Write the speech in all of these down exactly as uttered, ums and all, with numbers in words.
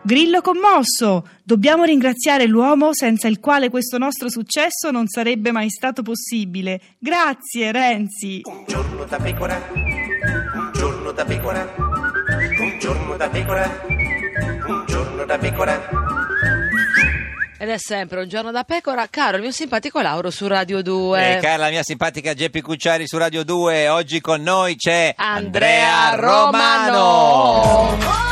Grillo commosso! Dobbiamo ringraziare l'uomo senza il quale questo nostro successo non sarebbe mai stato possibile. Grazie, Renzi! Un giorno da pecora, un giorno da pecora, un giorno da pecora, un giorno da pecora. Ed è sempre un giorno da pecora, caro il mio simpatico Lauro su Radio due. E cara la mia simpatica Geppi Cucciari su Radio due. Oggi con noi c'è Andrea, Andrea Romano. Romano.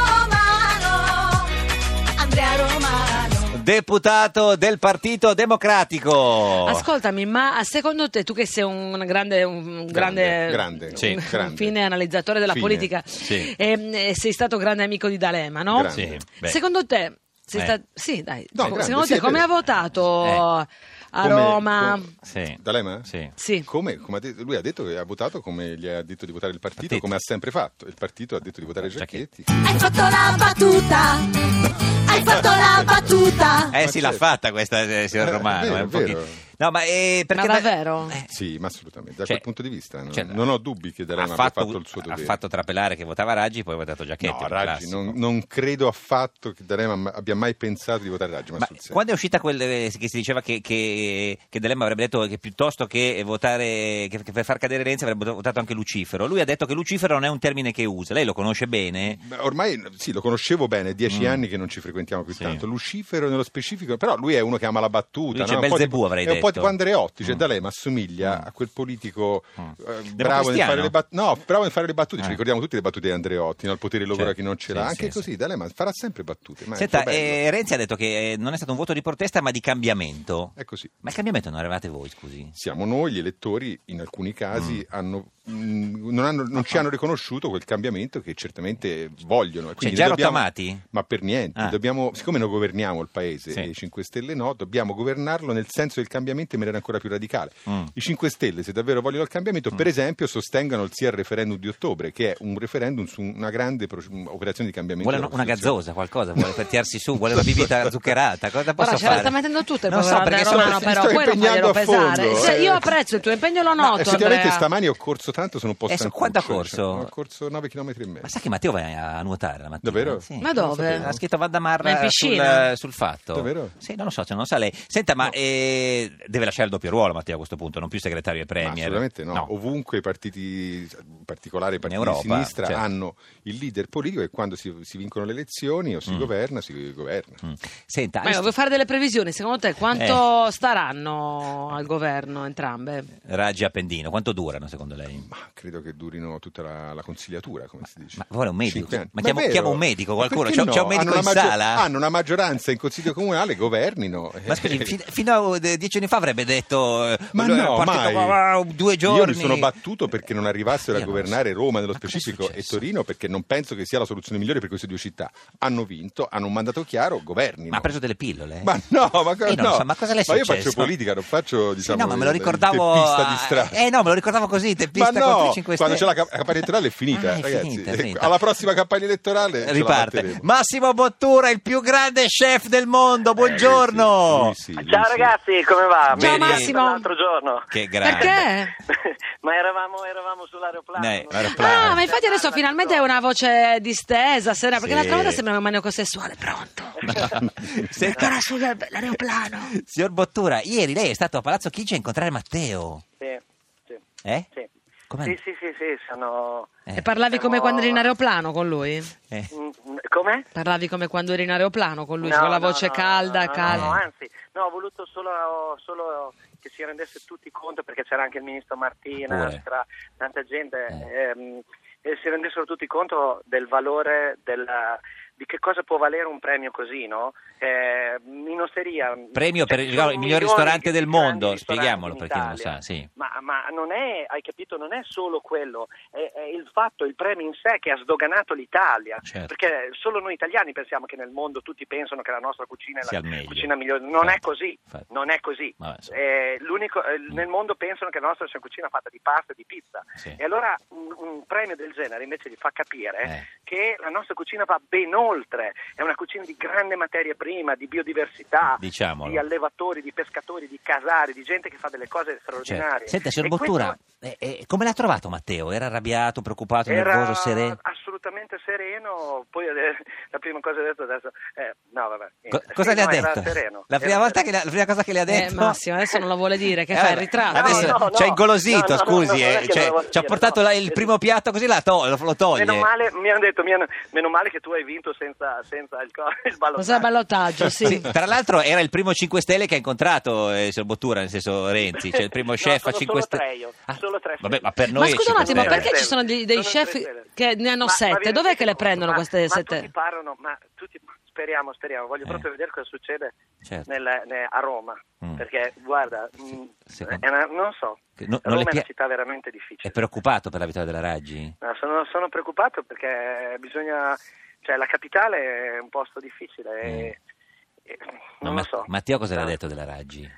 Deputato del Partito Democratico. Ascoltami, ma secondo te, tu che sei un grande, un grande, grande, grande, sì. un grande. fine analizzatore della Fine. politica, Sì. e, e sei stato grande amico di D'Alema, no? Grande. Sì, Secondo te, sei Eh. sta... sì, dai, No, secondo grande, te sì, come è ha vero. votato Eh. a Come- Roma? com- Sì. D'Alema? Sì. Sì. Come, come ha detto, lui ha detto che ha votato come gli ha detto di votare il partito, Partito. come ha sempre fatto. Il partito ha detto di votare Giacchetti. Hai fatto la battuta, hai fatto la battuta. Eh Ma sì, l'ha certo. fatta questa eh, signor Eh, Romano. vero, è un vero. pochino- No, ma eh, perché Ma da- davvero? Eh, Sì, ma assolutamente. Da Cioè, quel punto di vista no? cioè, non ho dubbi che D'Alema ha abbia fatto, fatto il suo ha dovere. fatto trapelare che votava Raggi, poi ha votato Giacchetti. No, un Raggi, classico. non, non credo affatto che D'Alema abbia mai pensato di votare Raggi, ma, Ma sul serio. quando è uscita quel eh, che si diceva che, che, che D'Alema avrebbe detto che piuttosto che votare che, che per far cadere Renzi avrebbe votato anche Lucifero, lui ha detto che Lucifero non è un termine che usa. Lei lo conosce bene? Beh, ormai sì, lo conoscevo bene, dieci Mm. anni che non ci frequentiamo più Sì. tanto. Lucifero nello specifico, però lui è uno che ama la battuta. Lui c'è no? È un po' Belzebù, tipo- avrei È un po' detto. tipo Andreotti, cioè Mm. D'Alema assomiglia a quel politico Mm. eh, bravo nel Democristiano? fare le battute. No, bravo nel fare le battute, Eh. ci ricordiamo tutti le battute di Andreotti, no? Il potere lavora Certo. chi non ce Sì, l'ha. sì, Anche sì. così D'Alema farà sempre battute. Ma è Senta, il suo bello. eh, Renzi ha detto che eh, non è stato un voto di protesta ma di cambiamento. È così. Ma il cambiamento non eravate voi, scusi? Siamo noi, gli elettori, in alcuni casi Mm. hanno, mh, non, hanno- non ci hanno riconosciuto quel cambiamento che certamente vogliono. e Cioè quindi già noi dobbiamo- rottamati? Ma per niente. Ah. Dobbiamo, siccome noi governiamo il paese Sì. e i cinque Stelle no, dobbiamo governarlo nel senso del cambiamento in maniera ancora più radicale. Mm. I cinque Stelle, se davvero vogliono il cambiamento, per esempio, sostengano il sì al referendum di ottobre, che è un referendum su una grande pro- operazione di cambiamento. Vuole della una Costituzione. gazzosa, qualcosa? Vuole per tirarsi su? Vuole una bibita zuccherata? Cosa posso Ora ce la fare? sta mettendo tutto il Non povero so, perché Andrea sono- Romano, mi però sto poi non impegnando faglielo a fondo, pesare. eh. Se io apprezzo il tuo impegno, lo No, noto, effettivamente Andrea. stamani ho corso tanto, sono un po' Eh, su stanco. quanto ha corso? Ho corso nove chilometri e mezzo. Ma sa che Matteo va a nuotare la mattina? Davvero? Sì. Ma dove? Ha scritto Ma in Valdamarra piscina? sul, sul fatto. Davvero? Sì, non lo so, cioè, non sa lei. Senta, ma eh, deve lasciare il doppio ruolo Matteo a questo punto, non più segretario e Ma premier. assolutamente no. Ovunque i partiti, in particolare i partiti Europa, di sinistra, certo. hanno il leader politico e quando si, si vincono le elezioni o si Mm. governa, si governa. Mm. Senta, Ma io vuoi fare delle previsioni? Secondo te Eh. quanto staranno al governo entrambe? Raggi Appendino, quanto durano secondo lei? Ma credo che durino tutta la, la consigliatura, come si dice. Ma vuole un medico? Cinque anni. Ma è chiamo, vero. chiamo un medico, Ma qualcuno? perché C'è, c'è un no? medico Hanno in una maggior- sala? Hanno una maggioranza in consiglio comunale, governino. Ma scusi, fi- fino a eh, dieci anni fa avrebbe detto eh, Ma il no, partito- mai. ah, due giorni. Io mi sono battuto perché non arrivassero Io a non lo governare so. Roma nello Ma cosa è specifico e successo? Torino perché non penso che sia la soluzione migliore per queste due città. Hanno vinto, hanno un mandato chiaro, governino. Ma ha preso delle pillole? Ma no, ma, co- Io non no. so, ma cosa le è Ma io successo? faccio politica, non faccio Sì, diciamo no, ma me lo il- il ricordavo teppista di strada. Eh no, me lo ricordavo così, teppista Ma contro no, i cinque quando c'è Stelle. la ca- campagna elettorale è finita, Ah, è ragazzi. finita, è finita. Alla prossima campagna elettorale ce la Riparte. batteremo. Massimo Bottura, il più grande chef del mondo. Buongiorno. Eh, lui sì, lui sì, Ciao lui sì. ragazzi, come va? Ciao, Mi Massimo. L'altro giorno. Che grande. Perché? Ma eravamo, eravamo sull'aeroplano. Eh, non- l'aeroplano. Ah, ma infatti adesso finalmente è una voce distesa, sera, perché Sì. l'altra volta sembrava un maniaco sessuale. Pronto? Senta, Ancora sull'aeroplano. signor Bottura, ieri lei è stato a Palazzo Chigi a incontrare Matteo. Sì, sì, Eh? sì. Com'è? Sì, sì, sì, sì, sono... Eh. E parlavi come Siamo- quando eri in aeroplano con lui? Eh. Mm, Come? Parlavi come quando eri in aeroplano con lui, No, con la no, voce no, calda, no, no, calda. no, anzi, no, ho voluto solo, solo che si rendesse tutti conto, perché c'era anche il ministro Martina, Pure. c'era tanta gente, Eh. ehm, e si rendessero tutti conto del valore della, di che cosa può valere un premio così, no? Eh, in osteria... Premio per il, sono il miglior milioni ristorante di del grandi mondo, ristoranti spieghiamolo in per chi non lo Italia. sa, sì. Ma, ma non è, hai capito, non è solo quello, è, è il fatto, il premio in sé che ha sdoganato l'Italia, Certo. perché solo noi italiani pensiamo che nel mondo tutti pensano che la nostra cucina è Sia la il meglio. cucina migliore, non Infatti, è così, infatti. non è così. Vabbè, insomma. Eh, l'unico, eh, nel mondo pensano che la nostra sia una cucina fatta di pasta e di pizza, Sì. e allora un, un premio del genere invece gli fa capire Eh. che la nostra cucina va ben oltre, è una cucina di grande materia prima, di biodiversità, Diciamolo. di allevatori, di pescatori, di casari, di gente che fa delle cose straordinarie. Certo. Senta, signor E Bottura, questo eh, eh, come l'ha trovato Matteo? Era arrabbiato, preoccupato, era nervoso, sereno? assolutamente assolutamente sereno, poi eh, la prima cosa che ho detto adesso, eh, no vabbè. Co- niente. cosa Sì, le ha no, era detto? sereno. La prima Era volta sereno. che la, la prima cosa che le ha Eh, detto? Massimo, adesso non la vuole dire, che Eh, fa il vabbè, ritratto? Adesso No, no, ci ha no. ingolosito, No, no, scusi, no, non è eh, che cioè, non lo voglio ci ha dire, portato no. la- il primo piatto così la to- lo, lo toglie. Meno male, mi hanno detto, mi hanno- meno male che tu hai vinto senza, senza il, co- il ballottaggio. Cos'è il ballottaggio? Sì. Sì, tra l'altro era il primo cinque Stelle che ha incontrato eh, il signor Bottura, nel senso Renzi, cioè il primo No, chef a sono cinque solo Stelle. tre io, Ah, solo tre vabbè, stelle. ma per noi Ma è scusa un cinque attimo, Stelle. perché ci sono dei, dei Sono chef tre stelle. che ne hanno Ma- ma sette? vi Dov'è rendete che le conto? prendono Ma- queste ma sette? tutti parlano, ma tutti, speriamo, speriamo, voglio Eh. proprio vedere cosa succede Certo. nel- ne- a Roma, Mm. perché guarda, mh, Secondo- è una- non so, Che no- non Roma le è una pia- città veramente È difficile. preoccupato per la vittoria della Raggi? No, sono, sono preoccupato perché bisogna, cioè la capitale è un posto difficile e, e No, non ma- lo so. Matteo cosa le ha No. detto della Raggi?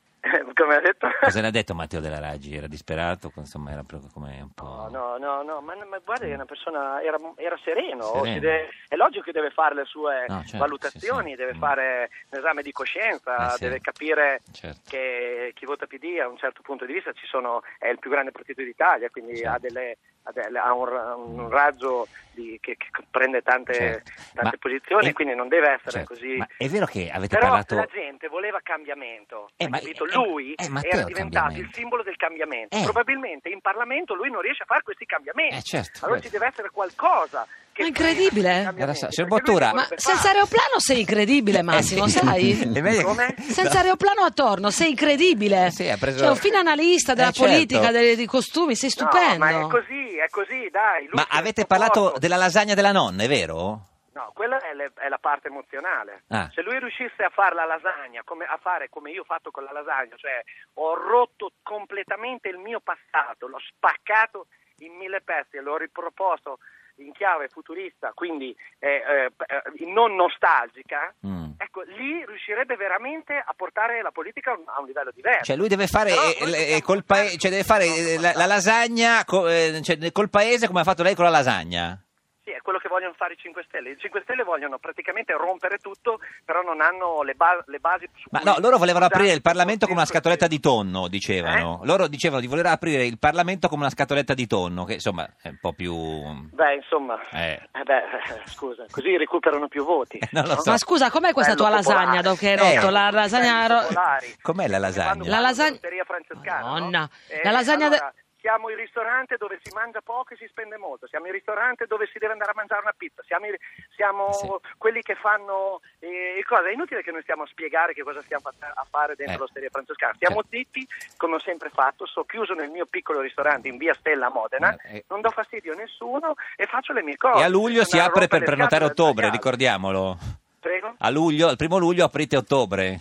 Come ha detto? Cosa ne ha detto Matteo della Raggi? Era disperato? Insomma, era proprio come un po'... No, no, no, no, ma, ma guarda, è una persona, era, era sereno, Sereno. si deve- è logico che deve fare le sue No, certo, valutazioni, sì, sì. deve Mm. fare un esame di coscienza, Eh, sì. deve capire Certo. che chi vota P D a un certo punto di vista ci sono, è il più grande partito d'Italia, quindi Certo. ha, delle, ha, delle- ha un, ra- un raggio di- che, che prende tante, Certo. tante Ma- posizioni, e- quindi non deve essere certo. così. Ma è vero che avete Però parlato... la gente voleva cambiamento, Eh, hai ma- capito? eh, Lui eh, Matteo era il diventato il cambiamento. simbolo del cambiamento. Eh. Probabilmente in Parlamento lui non riesce a fare questi cambiamenti. Eh, certo, allora certo. ci deve essere qualcosa. Che Ma incredibile. frena questi cambiamenti, Era sa- signor perché lui Bottura- li Ma vorrebbe senza fare. aeroplano sei incredibile, Massimo, Eh, sì. sai? È meglio- Come? Senza aeroplano attorno, sei incredibile. Sì, ha preso- Cioè, un fine analista della Eh, certo. politica, dei, dei costumi, sei No, stupendo. ma è così, è così, dai. lui Ma si è avete proposto- parlato della lasagna della nonna, è vero? No, quella è, le- è la parte emozionale. Ah. Se lui riuscisse a fare la lasagna, come, a fare come io ho fatto con la lasagna, cioè ho rotto completamente il mio passato, l'ho spaccato in mille pezzi e l'ho riproposto in chiave futurista, quindi eh, eh, non nostalgica, Mm. ecco, lì riuscirebbe veramente a portare la politica a un, a un livello diverso. Cioè lui deve fare, Però eh, noi eh, dobbiamo col pae- portare- cioè deve fare no, eh, no, la, no. la lasagna co- eh, cioè, col paese come ha fatto lei con la lasagna. Sì, è quello che vogliono fare i cinque Stelle. I cinque Stelle vogliono praticamente rompere tutto, però non hanno le, ba- le basi su Ma cui no, loro volevano usare aprire il Parlamento come una cinque scatoletta Stelle. di tonno, dicevano. Eh? Loro dicevano di voler aprire il Parlamento come una scatoletta di tonno, che insomma è un po' più... Beh, insomma, Eh. eh beh, eh, scusa, così recuperano più voti. Non lo no? so. Ma scusa, com'è questa Bello tua lasagna popolare. dopo che hai Eh. rotto? La lasagna... ro- Popolari. Com'è la Che lasagna? fanno La lasagna- l'osteria francescana, no? Madonna. Eh, La lasagna de- allora, siamo il ristorante dove si mangia poco e si spende molto, siamo il ristorante dove si deve andare a mangiare una pizza, siamo, i- siamo Sì. quelli che fanno eh, cose. È inutile che noi stiamo a spiegare che cosa stiamo a, a fare dentro Eh. l'osteria francescana. Stiamo zitti, come ho sempre fatto, sto chiuso nel mio piccolo ristorante in via Stella a Modena, Eh, eh. non do fastidio a nessuno e faccio le mie cose. E a luglio si Andare a apre per rompere le prenotare scatole ottobre, da casa. ricordiamolo. Prego? A luglio, al primo luglio aprite ottobre.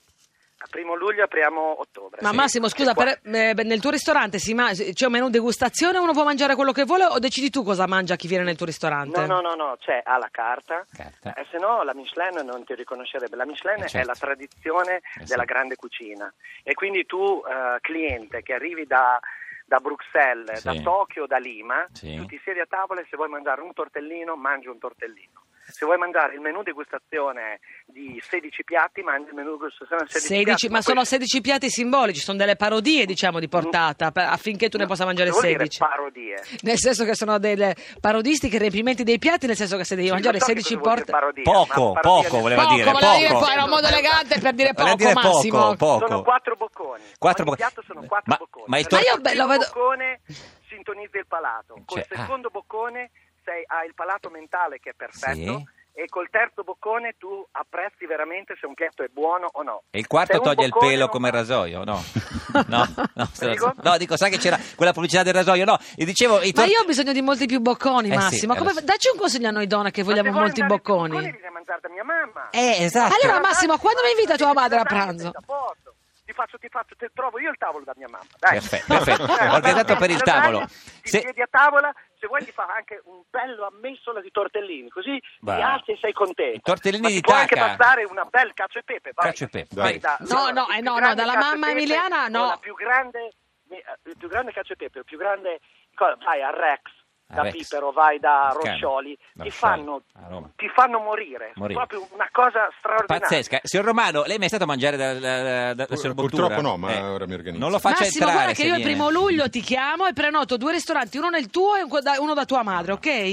A primo luglio apriamo ottobre. Ma Sì. Massimo, scusa, Qua- per- eh, nel tuo ristorante si ma- c'è un menù degustazione, uno può mangiare quello che vuole o decidi tu cosa mangia chi viene nel tuo ristorante? No, no, no, no, c'è à la carta, Carta. eh, se no la Michelin non ti riconoscerebbe. La Michelin Eh, certo. è la tradizione Eh, della sì. grande cucina e quindi tu, eh, cliente che arrivi da, da Bruxelles, Sì. da Tokyo, da Lima, Sì. tu ti siedi a tavola e se vuoi mangiare un tortellino, mangi un tortellino. Se vuoi mangiare il menù degustazione di sedici piatti, mangi il menù degustazione di sedici, sedici, piatti. ma sono questo- sedici piatti simbolici, sono delle parodie, diciamo, di portata, per- affinché tu ne possa mangiare Cosa vuol dire sedici. parodie? Nel senso che sono delle parodistiche riempimenti dei piatti, nel senso che se devi Sì, mangiare lo so che sedici cosa vuol dire porte... parodia, Poco, ma parodia poco nel- voleva Poco, dire, voleva dire poco. po- era un modo elegante per dire Voleva poco, dire Massimo. poco, poco. Sono quattro bocconi. Quattro Ogni bocconi. piatto sono quattro Ma- bocconi. ma il Perché tor- il Ma io, beh, lo primo vedo- boccone sintonizza il palato, col Cioè, ah. secondo boccone sei, hai il palato mentale che è perfetto Sì. e col terzo boccone tu apprezzi veramente se un piatto è buono o no. E il quarto Se un toglie il boccone pelo non come il va- rasoio, no? No, no, se- Prego? no, dico, sai che c'era quella pubblicità del rasoio, no? E dicevo, i Ma tor- io ho bisogno di molti più bocconi, Eh sì, Massimo. Come- adesso- Dacci un consiglio a noi donne che Ma vogliamo se vuoi molti mangiare più bocconi. devi mangiare da mia mamma. Eh, esatto. Allora, Massimo, quando mi invita tua madre a Dai, pranzo? senza porto. Ti faccio, ti faccio, te trovo io il tavolo da mia mamma. Dai. Perfetto, perfetto. Organizzato per il Lasagna, tavolo. Ti Se- siedi a tavola, se vuoi ti fa anche un bello ammesso di tortellini, così Va. ti alzi e sei contento. I tortellini Ma di ti può anche Tacca. bastare una bel cacio e pepe. Vai. Cacio e pepe, Vai vai. da- No, allora, no, il eh, più no, no, grande dalla cacio e mamma pepe emiliana, o no. La più grande, eh, il più grande cacio e pepe, il più grande, cosa, vai a Rex. A Da Rex. Pipero, vai da Toscano. Roccioli, Da ti Roccioli, fanno, a Roma. ti fanno morire. Morire. Proprio una cosa straordinaria. Pazzesca. Signor Romano, lei mi è stato a mangiare da, da, da, da signor Bottura? Purtroppo no, ma Eh, ora mi organizzo. Non lo faccia Massimo, entrare guarda che se io il viene. primo luglio ti chiamo e prenoto due ristoranti, uno nel tuo e un- da- uno da tua madre, ok?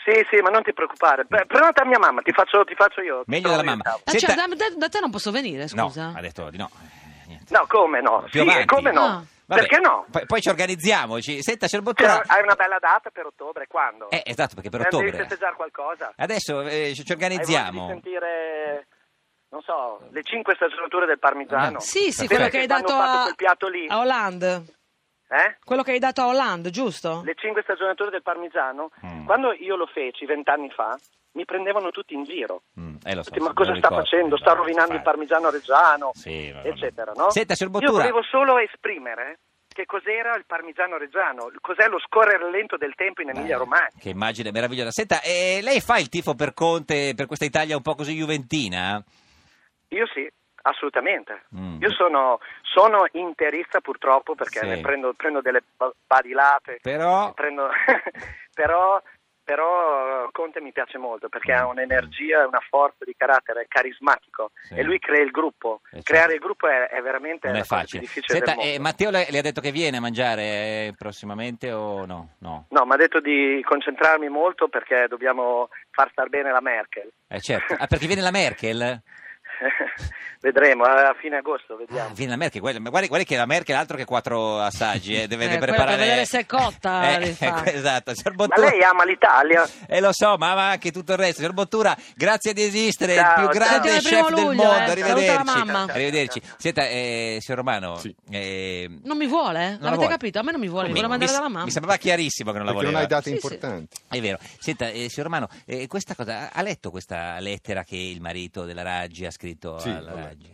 Sì, sì, ma non ti preoccupare. Beh, prenota mia mamma, ti faccio, ti faccio io. Meglio della mamma. Ah, Senta- cioè, da, da- da te non posso venire, No, scusa. ha detto di no. Eh, niente. No, come no? Più Sì, avanti. come no? Ah. Vabbè, Perché no? Poi, poi ci organizziamo. Ci... Senta, signor Cioè, Bottura. hai una bella data per ottobre, quando? Eh, esatto, perché per Eh, Devi ottobre. festeggiare qualcosa. Adesso eh, ci ci Hai voglia organizziamo. di sentire, non so, le cinque stagionature del parmigiano? Sì, sì, Vedi quello che hai quando dato ho fatto a, quel piatto lì, a Hollande. eh? Quello che hai dato a Hollande, giusto? Le cinque stagionature del parmigiano, Mm. quando io lo feci vent'anni fa, mi prendevano tutti in giro. Mm, eh, lo so, Tutti, ma me cosa lo sta ricordo. facendo? Eh, Sta no, rovinando infatti. il parmigiano reggiano, Sì, no, no, no. eccetera, no? Senta, signor Io Bottura. volevo solo esprimere che cos'era il parmigiano reggiano, cos'è lo scorrere lento del tempo in Emilia Romagna. Che immagine meravigliosa. Senta, eh, lei fa il tifo per Conte, per questa Italia un po' così juventina? Io sì, assolutamente. Mm. Io sono, sono interista purtroppo perché Sì. ne prendo, prendo delle ba- badilate, Però... ne prendo- però, però Conte mi piace molto perché ha un'energia e una forza di carattere, è carismatico Sì. e lui crea il gruppo. Eh, Creare certo. il gruppo è, è veramente Non la è cosa più facile. difficile Senta, del mondo. eh, Matteo le, le ha detto che viene a mangiare eh, prossimamente o no? No. No, mi ha detto di concentrarmi molto perché dobbiamo far star bene la Merkel. Eh certo. Ah, perché viene la Merkel? Vedremo, a fine agosto, Ah, vediamo. viene la Merkel, guardi, ma guardi, guardi che la Merkel altro che quattro assaggi, eh, deve, Eh, deve quello preparare... per vedere se è cotta, Eh, devi fare. esatto, signor Ma Bottura... lei ama l'Italia? Eh lo so, ma ma anche tutto il resto. Signor Bottura, grazie di esistere, Ciao, il più ciao. grande Sentiamo il primo chef del luglio, mondo. eh. Arrivederci. Saluta la mamma. Arrivederci. Senta, eh, signor Romano, Sì. eh, Non mi vuole? la L'avete vuole. capito? A me non mi vuole, mi come? vuole mandare mi, dalla mamma. mi sembrava chiarissimo che non la Perché voleva. non hai date Sì, sì. importanti. È vero. Senta, eh, signor Romano, eh, questa cosa, ha letto questa lettera che il marito della Raggi ha scritto Sì, alla vabbè. Raggi?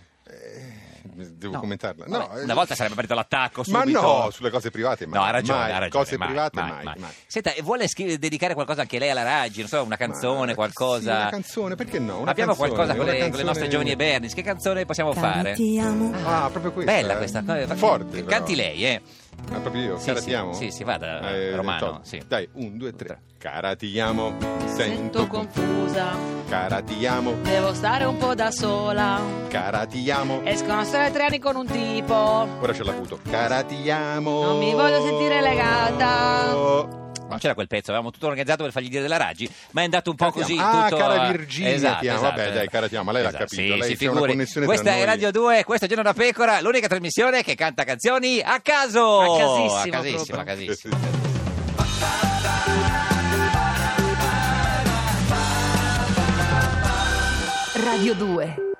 Devo No. commentarla. Vabbè, No, eh, una volta sarebbe partito l'attacco ma subito. no, sulle cose private mai. No, ha ragione, mai. ha ragione. Cose mai, private mai, mai, mai. mai. Senta, e vuole scrivere, dedicare qualcosa anche lei alla Raggi? Non so, una canzone, Ma- qualcosa? Sì, una canzone, perché no? Una Abbiamo canzone, qualcosa con una le, con le nostre canzone- giovani e Bernis. Che canzone possiamo fare? Ti amo. Ah, proprio questa. Bella eh? questa. Fa- Forte. che però. Canti lei, eh? Ah, proprio io, Sì, cara sì, ti amo? sì, sì, vada, Eh, Romano, top. sì. Dai, un, due, tre. Cara ti amo, Sento sento confusa, cara ti amo, devo stare un po' da sola. cara ti amo. Escono a storia tre anni con un tipo. Ora ce l'ha avuto. Cara ti amo. Non mi voglio sentire legata. Non c'era quel pezzo, avevamo tutto organizzato per fargli dire della Raggi, ma è andato un po' Cara ti così. amo. Ah, tutto cara a- Virginia Esatto, ti amo. esatto, Vabbè, dai, cara ti amo, lei l'ha esatto. capito, Sì, lei si c'è una figuri. connessione Questa tra è noi. Radio due, questo è Giorno da Pecora, l'unica trasmissione che canta canzoni a caso. A casissimo, a casissimo, proprio. a casissimo. Sì, sì. Radio due.